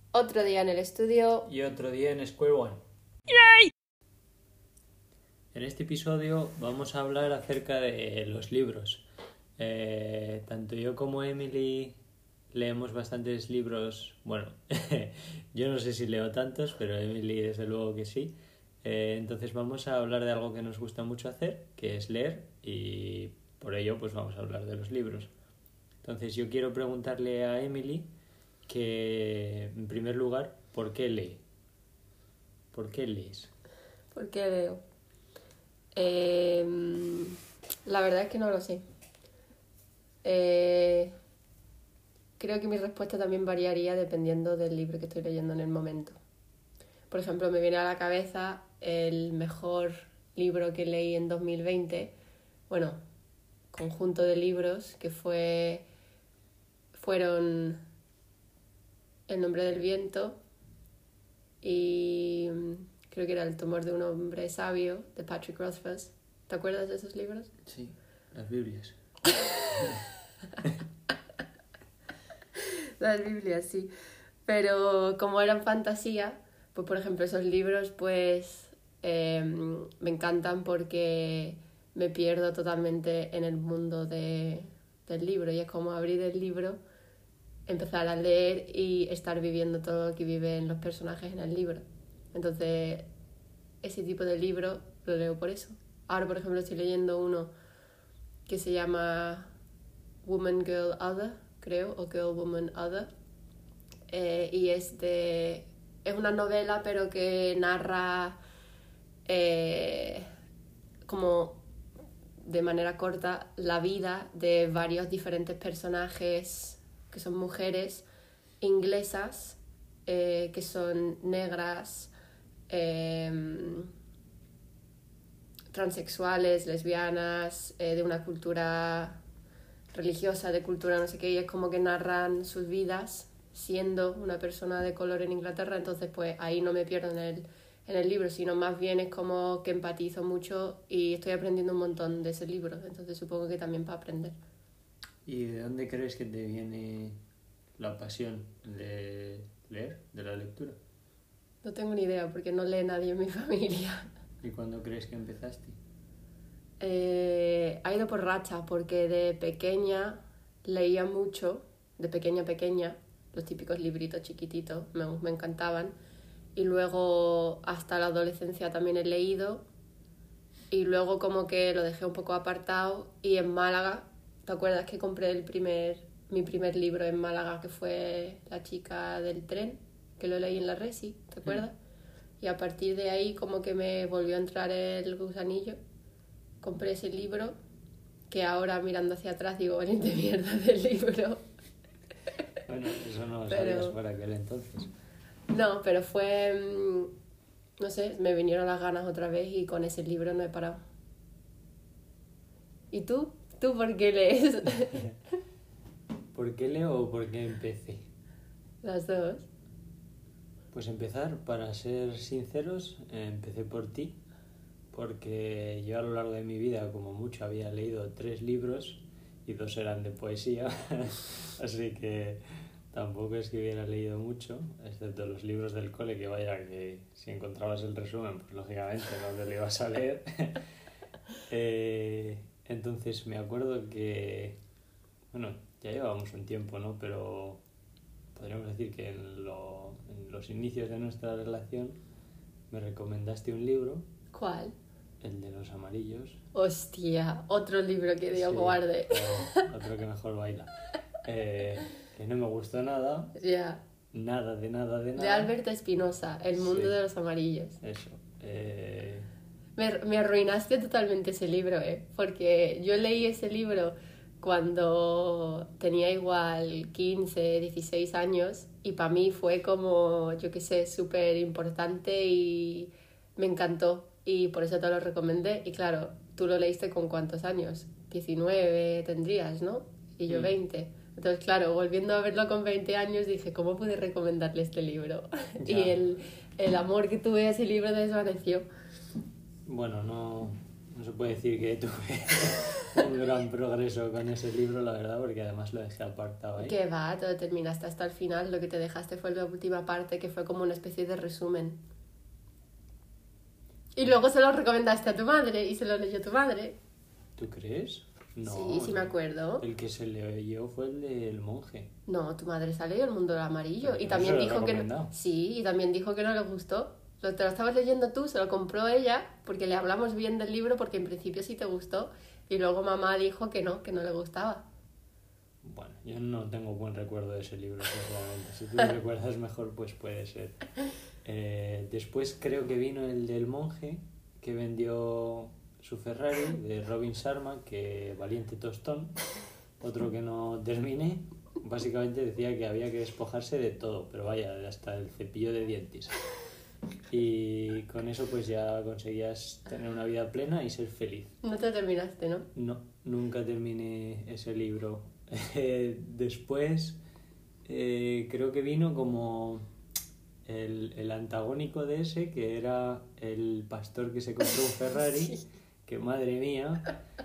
Otro día en el estudio. Y otro día en Square One. En este episodio vamos a hablar acerca de los libros. Tanto yo como Emily leemos bastantes libros. Bueno, yo no sé si leo tantos, pero Emily desde luego que sí. Entonces vamos a hablar de algo que nos gusta mucho hacer, que es leer, y por ello pues vamos a hablar de los libros. Entonces yo quiero preguntarle a Emily que, en primer lugar, ¿por qué lee? ¿Por qué lees? ¿Por qué leo? La verdad es que no lo sé. Creo que mi respuesta también variaría dependiendo del libro que estoy leyendo en el momento. Por ejemplo, me viene a la cabeza el mejor libro que leí en 2020. Bueno, conjunto de libros que fueron El nombre del viento y creo que era El tumor de un hombre sabio, de Patrick Rothfuss. ¿Te acuerdas de esos libros? Sí, las Biblias. Las Biblias, sí. Pero como eran fantasía, pues por ejemplo esos libros pues me encantan porque me pierdo totalmente en el mundo del libro y es como abrir el libro, empezar a leer y estar viviendo todo lo que viven los personajes en el libro. Entonces ese tipo de libro lo leo por eso. Ahora por ejemplo estoy leyendo uno que se llama Woman, Girl, Other, creo, o Girl, Woman, Other. Y es una novela pero que narra como de manera corta la vida de varios diferentes personajes que son mujeres inglesas, que son negras, transexuales, lesbianas, de una cultura religiosa, de cultura no sé qué, y es como que narran sus vidas siendo una persona de color en Inglaterra. Entonces pues ahí no me pierdo en el libro, sino más bien es como que empatizo mucho y estoy aprendiendo un montón de ese libro, entonces supongo que también para aprender. ¿Y de dónde crees que te viene la pasión de leer, de la lectura? No tengo ni idea porque no lee nadie en mi familia. ¿Y cuándo crees que empezaste? Ha ido por racha porque de pequeña leía mucho, de pequeña, los típicos libritos chiquititos, me encantaban. Y luego hasta la adolescencia también he leído y luego como que lo dejé un poco apartado y en Málaga, ¿te acuerdas que compré mi primer libro en Málaga, que fue La chica del tren, que lo leí en la Resi, ¿te acuerdas? Y a partir de ahí como que me volvió a entrar el gusanillo, compré ese libro que ahora mirando hacia atrás digo, valiente mierda del libro. Bueno, eso no lo Pero- sabías para aquel entonces. No, pero fue, no sé, me vinieron las ganas otra vez y con ese libro no he parado. ¿Y tú? ¿Tú por qué lees? ¿Por qué leo o por qué empecé? Las dos. Pues empezar, para ser sinceros, empecé por ti, porque yo a lo largo de mi vida, como mucho, había leído 3 libros y 2 eran de poesía, así que tampoco es que hubiera leído mucho, excepto los libros del cole, que vaya, que si encontrabas el resumen, pues lógicamente no te lo ibas a leer. Entonces me acuerdo que, bueno, ya llevábamos un tiempo, ¿no? Pero podríamos decir que en los inicios de nuestra relación me recomendaste un libro, ¿Cuál? el de los amarillos. Hostia, otro libro que Dios Sí, guarde. otro que mejor baila. Que no me gustó nada, Ya. nada de nada de nada. De Alberto Espinosa, El mundo Sí. de los amarillos. Eso. Me arruinaste totalmente ese libro, porque yo leí ese libro cuando tenía igual 15, 16 años y para mí fue como, yo qué sé, súper importante y me encantó y por eso te lo recomendé. Y claro, tú lo leíste con ¿cuántos años? 19 tendrías, ¿no? Y yo 20. Entonces, claro, volviendo a verlo con 20 años dije, ¿cómo pude recomendarle este libro? Ya. Y el amor que tuve a ese libro desvaneció. Bueno, no no se puede decir que tuve un gran progreso con ese libro, la verdad, porque además lo dejé apartado ahí. Que va, te lo terminaste hasta el final. Lo que te dejaste fue la última parte, que fue como una especie de resumen. Y luego se lo recomendaste a tu madre y se lo leyó tu madre. ¿Tú crees? No. Sí, sí me acuerdo. El que se leyó fue el del monje. No, tu madre se leyó El mundo del amarillo. Pero Y no también se lo he dijo que no. recomendado. Sí, y también dijo que no le gustó. Te lo estabas leyendo tú, se lo compró ella, porque le hablamos bien del libro, porque en principio sí te gustó. Y luego mamá dijo que no le gustaba. Bueno, yo no tengo buen recuerdo de ese libro, sinceramente. Si tú lo recuerdas mejor, pues puede ser. Después creo que vino el del monje, que vendió su Ferrari, de Robin Sharma, que valiente tostón. Otro que no terminé. Básicamente decía que había que despojarse de todo, pero vaya, hasta el cepillo de dientes. Y con eso pues ya conseguías tener una vida plena y ser feliz. No te terminaste, ¿no? No, nunca terminé ese libro. Después creo que vino como el antagónico de ese, que era el pastor que se compró un Ferrari, Sí. que madre mía.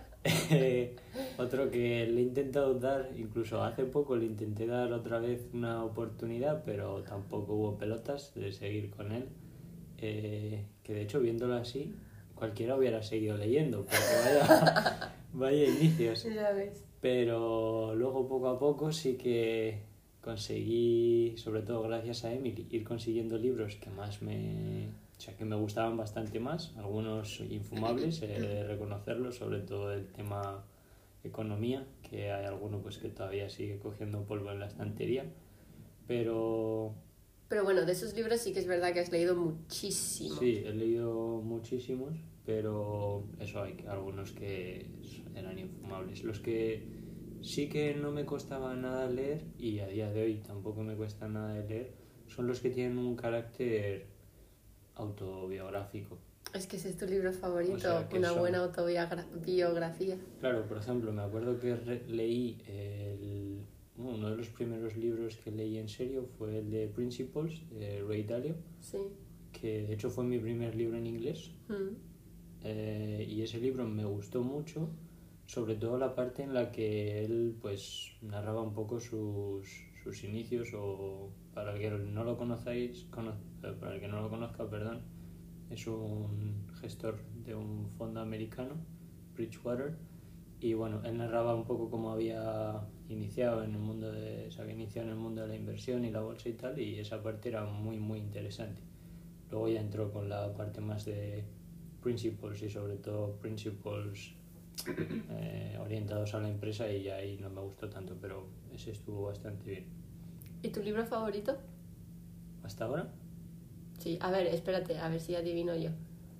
Otro que le he intentado dar, incluso hace poco le intenté dar otra vez una oportunidad, pero tampoco hubo pelotas de seguir con él. Que de hecho, viéndolo así, cualquiera hubiera seguido leyendo, porque vaya inicios. Ya ves. Pero luego poco a poco sí que conseguí, sobre todo gracias a Emily, ir consiguiendo libros que más o sea, que me gustaban bastante más, algunos infumables, he de reconocerlos, sobre todo el tema economía, que hay alguno pues que todavía sigue cogiendo polvo en la estantería, pero Pero bueno, de esos libros sí que es verdad que has leído muchísimo. sí, he leído muchísimos, pero eso hay algunos que eran infumables. Los que sí que no me costaba nada leer, y a día de hoy tampoco me cuesta nada de leer, son los que tienen un carácter autobiográfico. Es que ese es tu libro favorito, O sea, que una son- buena autobiografía. Claro, por ejemplo, me acuerdo que leí uno de los primeros libros que leí en serio fue el de Principles, de Ray Dalio, Sí. que de hecho fue mi primer libro en inglés. Mm. Y ese libro me gustó mucho, sobre todo la parte en la que él pues narraba un poco sus inicios, o para el que no lo conozcáis, para el que no lo conozca, perdón, es un gestor de un fondo americano, Bridgewater, y bueno, él narraba un poco cómo había iniciado en el mundo se había iniciado en el mundo de la inversión y la bolsa y tal, y esa parte era muy muy interesante. Luego ya entró con la parte más de principles, y sobre todo principles orientados a la empresa, y ya ahí no me gustó tanto, pero ese estuvo bastante bien. ¿Y tu libro favorito? ¿Hasta ahora? Sí, a ver, espérate, a ver si adivino yo.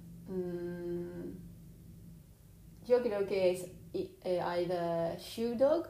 Yo creo que es either Shoe Dog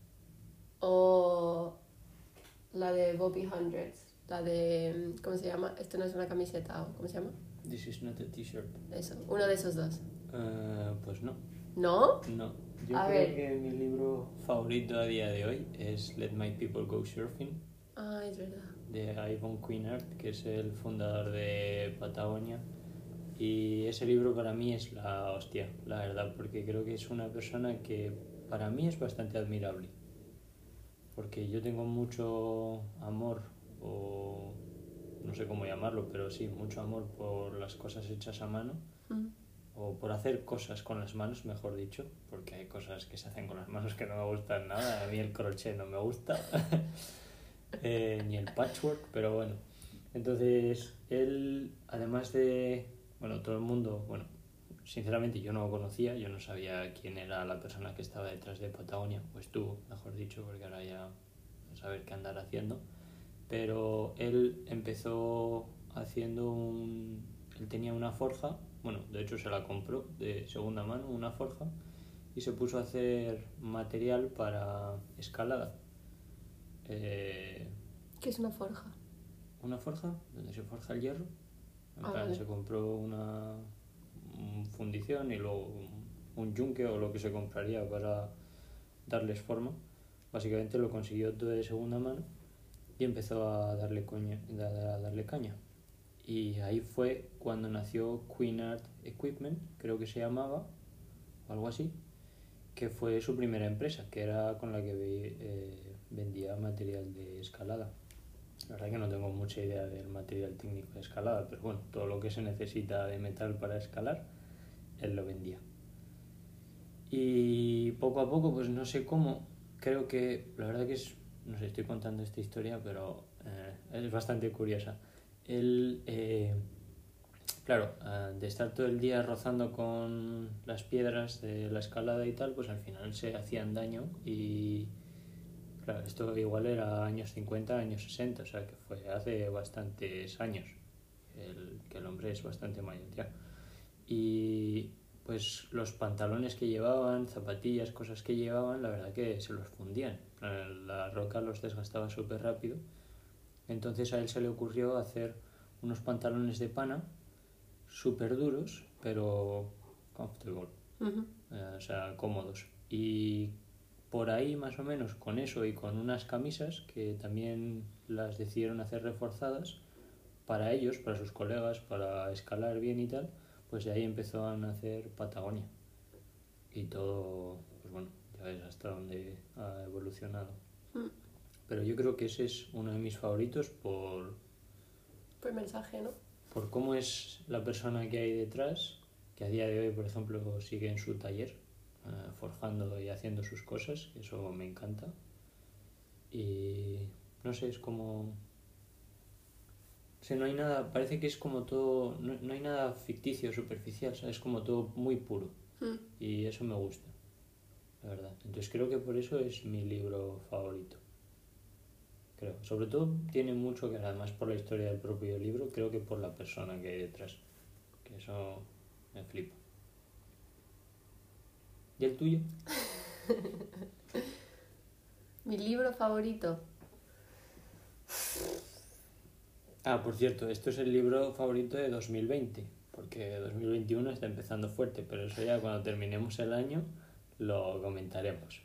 o la de Bobby Hundreds. La de, ¿cómo se llama? Esto no es una camiseta, ¿o ¿cómo se llama? This is not a t-shirt. Eso, uno de esos dos. Pues no. ¿No? No. Yo A creo ver. que mi libro favorito a día de hoy es Let My People Go Surfing, Ah, es verdad. de Ivan Cuinart, que es el fundador de Patagonia. Y ese libro para mí es la hostia, la verdad, porque creo que es una persona que para mí es bastante admirable. Porque yo tengo mucho amor, o no sé cómo llamarlo, pero sí, mucho amor por las cosas hechas a mano, Mm. o por hacer cosas con las manos, mejor dicho, porque hay cosas que se hacen con las manos que no me gustan nada. A mí el crochet no me gusta, ni el patchwork, pero bueno. Entonces, él, además de, bueno, todo el mundo, bueno, sinceramente yo no lo conocía, yo no sabía quién era la persona que estaba detrás de Patagonia, pues tú, mejor dicho, porque ahora ya a saber qué andar haciendo. Pero él empezó haciendo él tenía una forja, bueno, de hecho se la compró de segunda mano, una forja, y se puso a hacer material para escalada. ¿Qué es una forja? Una forja donde se forja el hierro. En plan, Vale. se compró una fundición y luego un yunque o lo que se compraría para darles forma. Básicamente lo consiguió todo de segunda mano y empezó a darle caña. Y ahí fue cuando nació Cuinart Equipment, creo que se llamaba, o algo así, que fue su primera empresa, que era con la que vendía material de escalada. La verdad que no tengo mucha idea del material técnico de escalada, pero bueno, todo lo que se necesita de metal para escalar, él lo vendía. Y poco a poco, pues no sé cómo, creo que, la verdad que es, no sé, estoy contando esta historia, pero es bastante curiosa. Él, claro, de estar todo el día rozando con las piedras de la escalada y tal, pues al final se hacían daño y claro, esto igual era años 50, años 60, o sea que fue hace bastantes años, que el hombre es bastante mayor ya. Y pues los pantalones que llevaban, zapatillas, cosas que llevaban, la verdad que se los fundían. La roca los desgastaba súper rápido. Entonces a él se le ocurrió hacer unos pantalones de pana súper duros, pero comfortable, o sea, cómodos. Y por ahí más o menos con eso y con unas camisas que también las decidieron hacer reforzadas para ellos, para sus colegas, para escalar bien y tal, pues de ahí empezó a nacer Patagonia. Y todo, pues bueno, ya ves hasta dónde ha evolucionado. Pero yo creo que ese es uno de mis favoritos por mensaje, ¿no? Por cómo es la persona que hay detrás, que a día de hoy, por ejemplo, sigue en su taller, forjando y haciendo sus cosas, eso me encanta. Y no sé, es como... O sea, no hay nada, parece que es como todo, no hay nada ficticio, superficial, ¿sabes? Es como todo muy puro. Y eso me gusta, la verdad. Entonces creo que por eso es mi libro favorito. Creo. Sobre todo tiene mucho que, además por la historia del propio libro, creo que por la persona que hay detrás. Que eso me flipa. ¿Y el tuyo? Mi libro favorito. Ah, por cierto, esto es el libro favorito de 2020, porque 2021 está empezando fuerte, pero eso ya cuando terminemos el año lo comentaremos.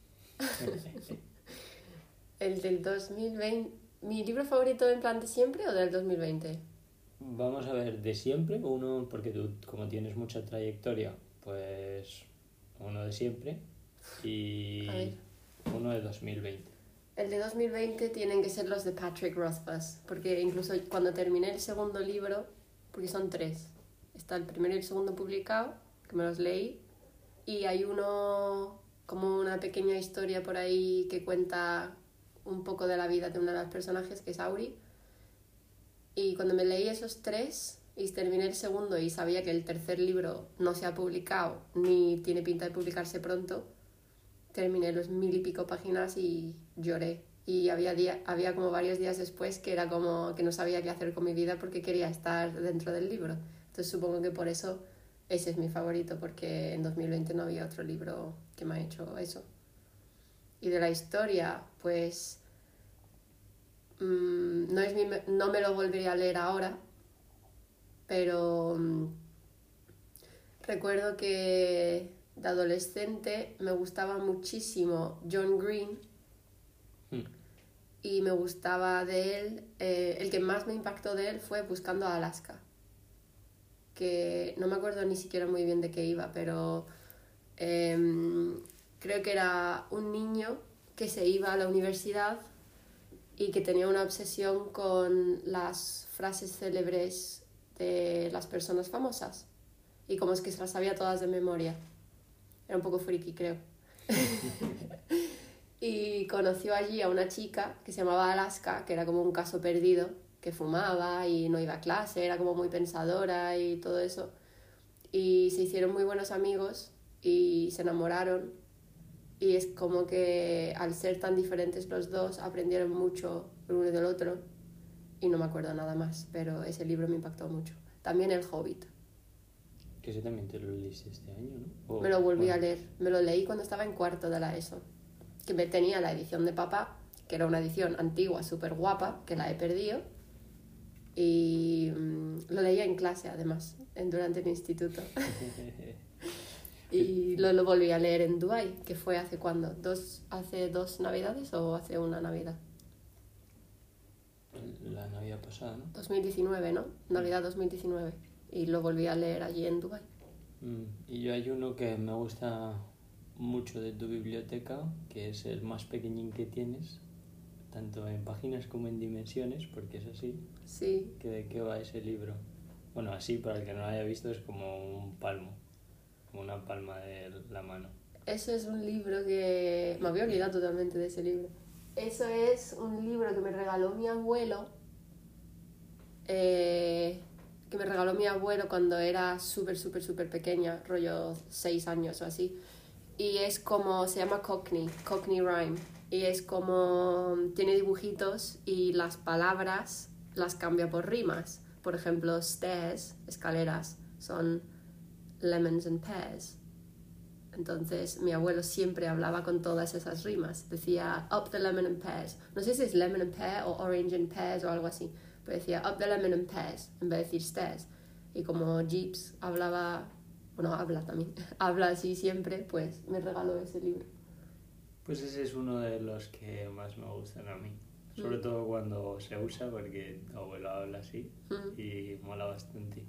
El del 2020. ¿Mi libro favorito en plan de siempre o del 2020? Vamos a ver, de siempre, uno, porque tú como tienes mucha trayectoria, pues uno de siempre y uno de 2020. El de 2020 tienen que ser los de Patrick Rothfuss, porque incluso cuando terminé el segundo libro, porque son 3, está el primero y el segundo publicado, que me los leí, y hay uno, como una pequeña historia por ahí que cuenta un poco de la vida de uno de los personajes, que es Auri, y cuando me leí esos 3 y terminé el segundo y sabía que el tercer libro no se ha publicado ni tiene pinta de publicarse pronto, terminé los 1000 y pico páginas y lloré. Y había como varios días después que era como que no sabía qué hacer con mi vida porque quería estar dentro del libro. Entonces supongo que por eso ese es mi favorito, porque en 2020 no había otro libro que me ha hecho eso. Y de la historia, pues no me lo volvería a leer ahora, pero recuerdo que de adolescente me gustaba muchísimo John Green y me gustaba de él, el que más me impactó de él fue Buscando a Alaska, que no me acuerdo ni siquiera muy bien de qué iba, pero creo que era un niño que se iba a la universidad y que tenía una obsesión con las frases célebres de las personas famosas y como es que se las sabía todas de memoria. Era un poco friki, creo. Y conoció allí a una chica que se llamaba Alaska, que era como un caso perdido, que fumaba y no iba a clase, era como muy pensadora y todo eso. Y se hicieron muy buenos amigos y se enamoraron. Y es como que al ser tan diferentes los dos, aprendieron mucho el uno del otro. Y no me acuerdo nada más, pero ese libro me impactó mucho. También El Hobbit. Que ese también te lo leíste este año, ¿no? Me lo volví a leer. Me lo leí cuando estaba en cuarto de la ESO. Que me tenía la edición de papá, que era una edición antigua, súper guapa, que la he perdido. Y lo leía en clase, además, durante el instituto. Y lo volví a leer en Dubái, que fue ¿hace cuándo? ¿Hace 2 navidades o hace una Navidad? La Navidad pasada, ¿no? 2019, ¿no? Navidad 2019. Y lo volví a leer allí en Dubái. Y yo hay uno que me gusta mucho de tu biblioteca, que es el más pequeñín que tienes, tanto en páginas como en dimensiones, porque es así. Sí. ¿Que de qué va ese libro? Bueno, así, para el que no lo haya visto, es como un palmo, como una palma de la mano. Eso es un libro que... Me había olvidado totalmente de ese libro. Eso es un libro que me regaló mi abuelo. Cuando era súper pequeña, rollo 6 años o así. Y es como... Se llama Cockney Rhyme. Y es como... Tiene dibujitos y las palabras las cambia por rimas. Por ejemplo, stairs, escaleras, son lemons and pears. Entonces mi abuelo siempre hablaba con todas esas rimas. Decía up the lemon and pears. No sé si es lemon and pear o orange and pears o algo así. Pero decía up the lemon and pears en vez de decir stairs. Y como Jeeves hablaba, bueno, habla también, habla así siempre, pues me regaló ese libro. Pues ese es uno de los que más me gustan a mí. Sobre todo cuando se usa, porque tu abuelo habla así y mola bastante.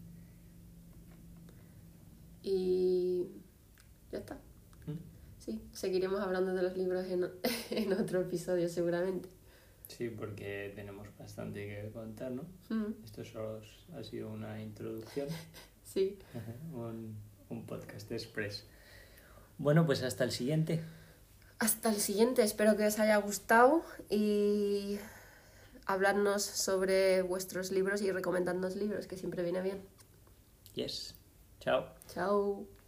Y ya está. Sí, seguiremos hablando de los libros en otro episodio seguramente. Sí, porque tenemos bastante que contar, ¿no? Esto solo ha sido una introducción. Sí. un podcast express. Bueno, pues hasta el siguiente. Hasta el siguiente, espero que os haya gustado y hablarnos sobre vuestros libros y recomendadnos libros, que siempre viene bien. Yes. Chao. Chao.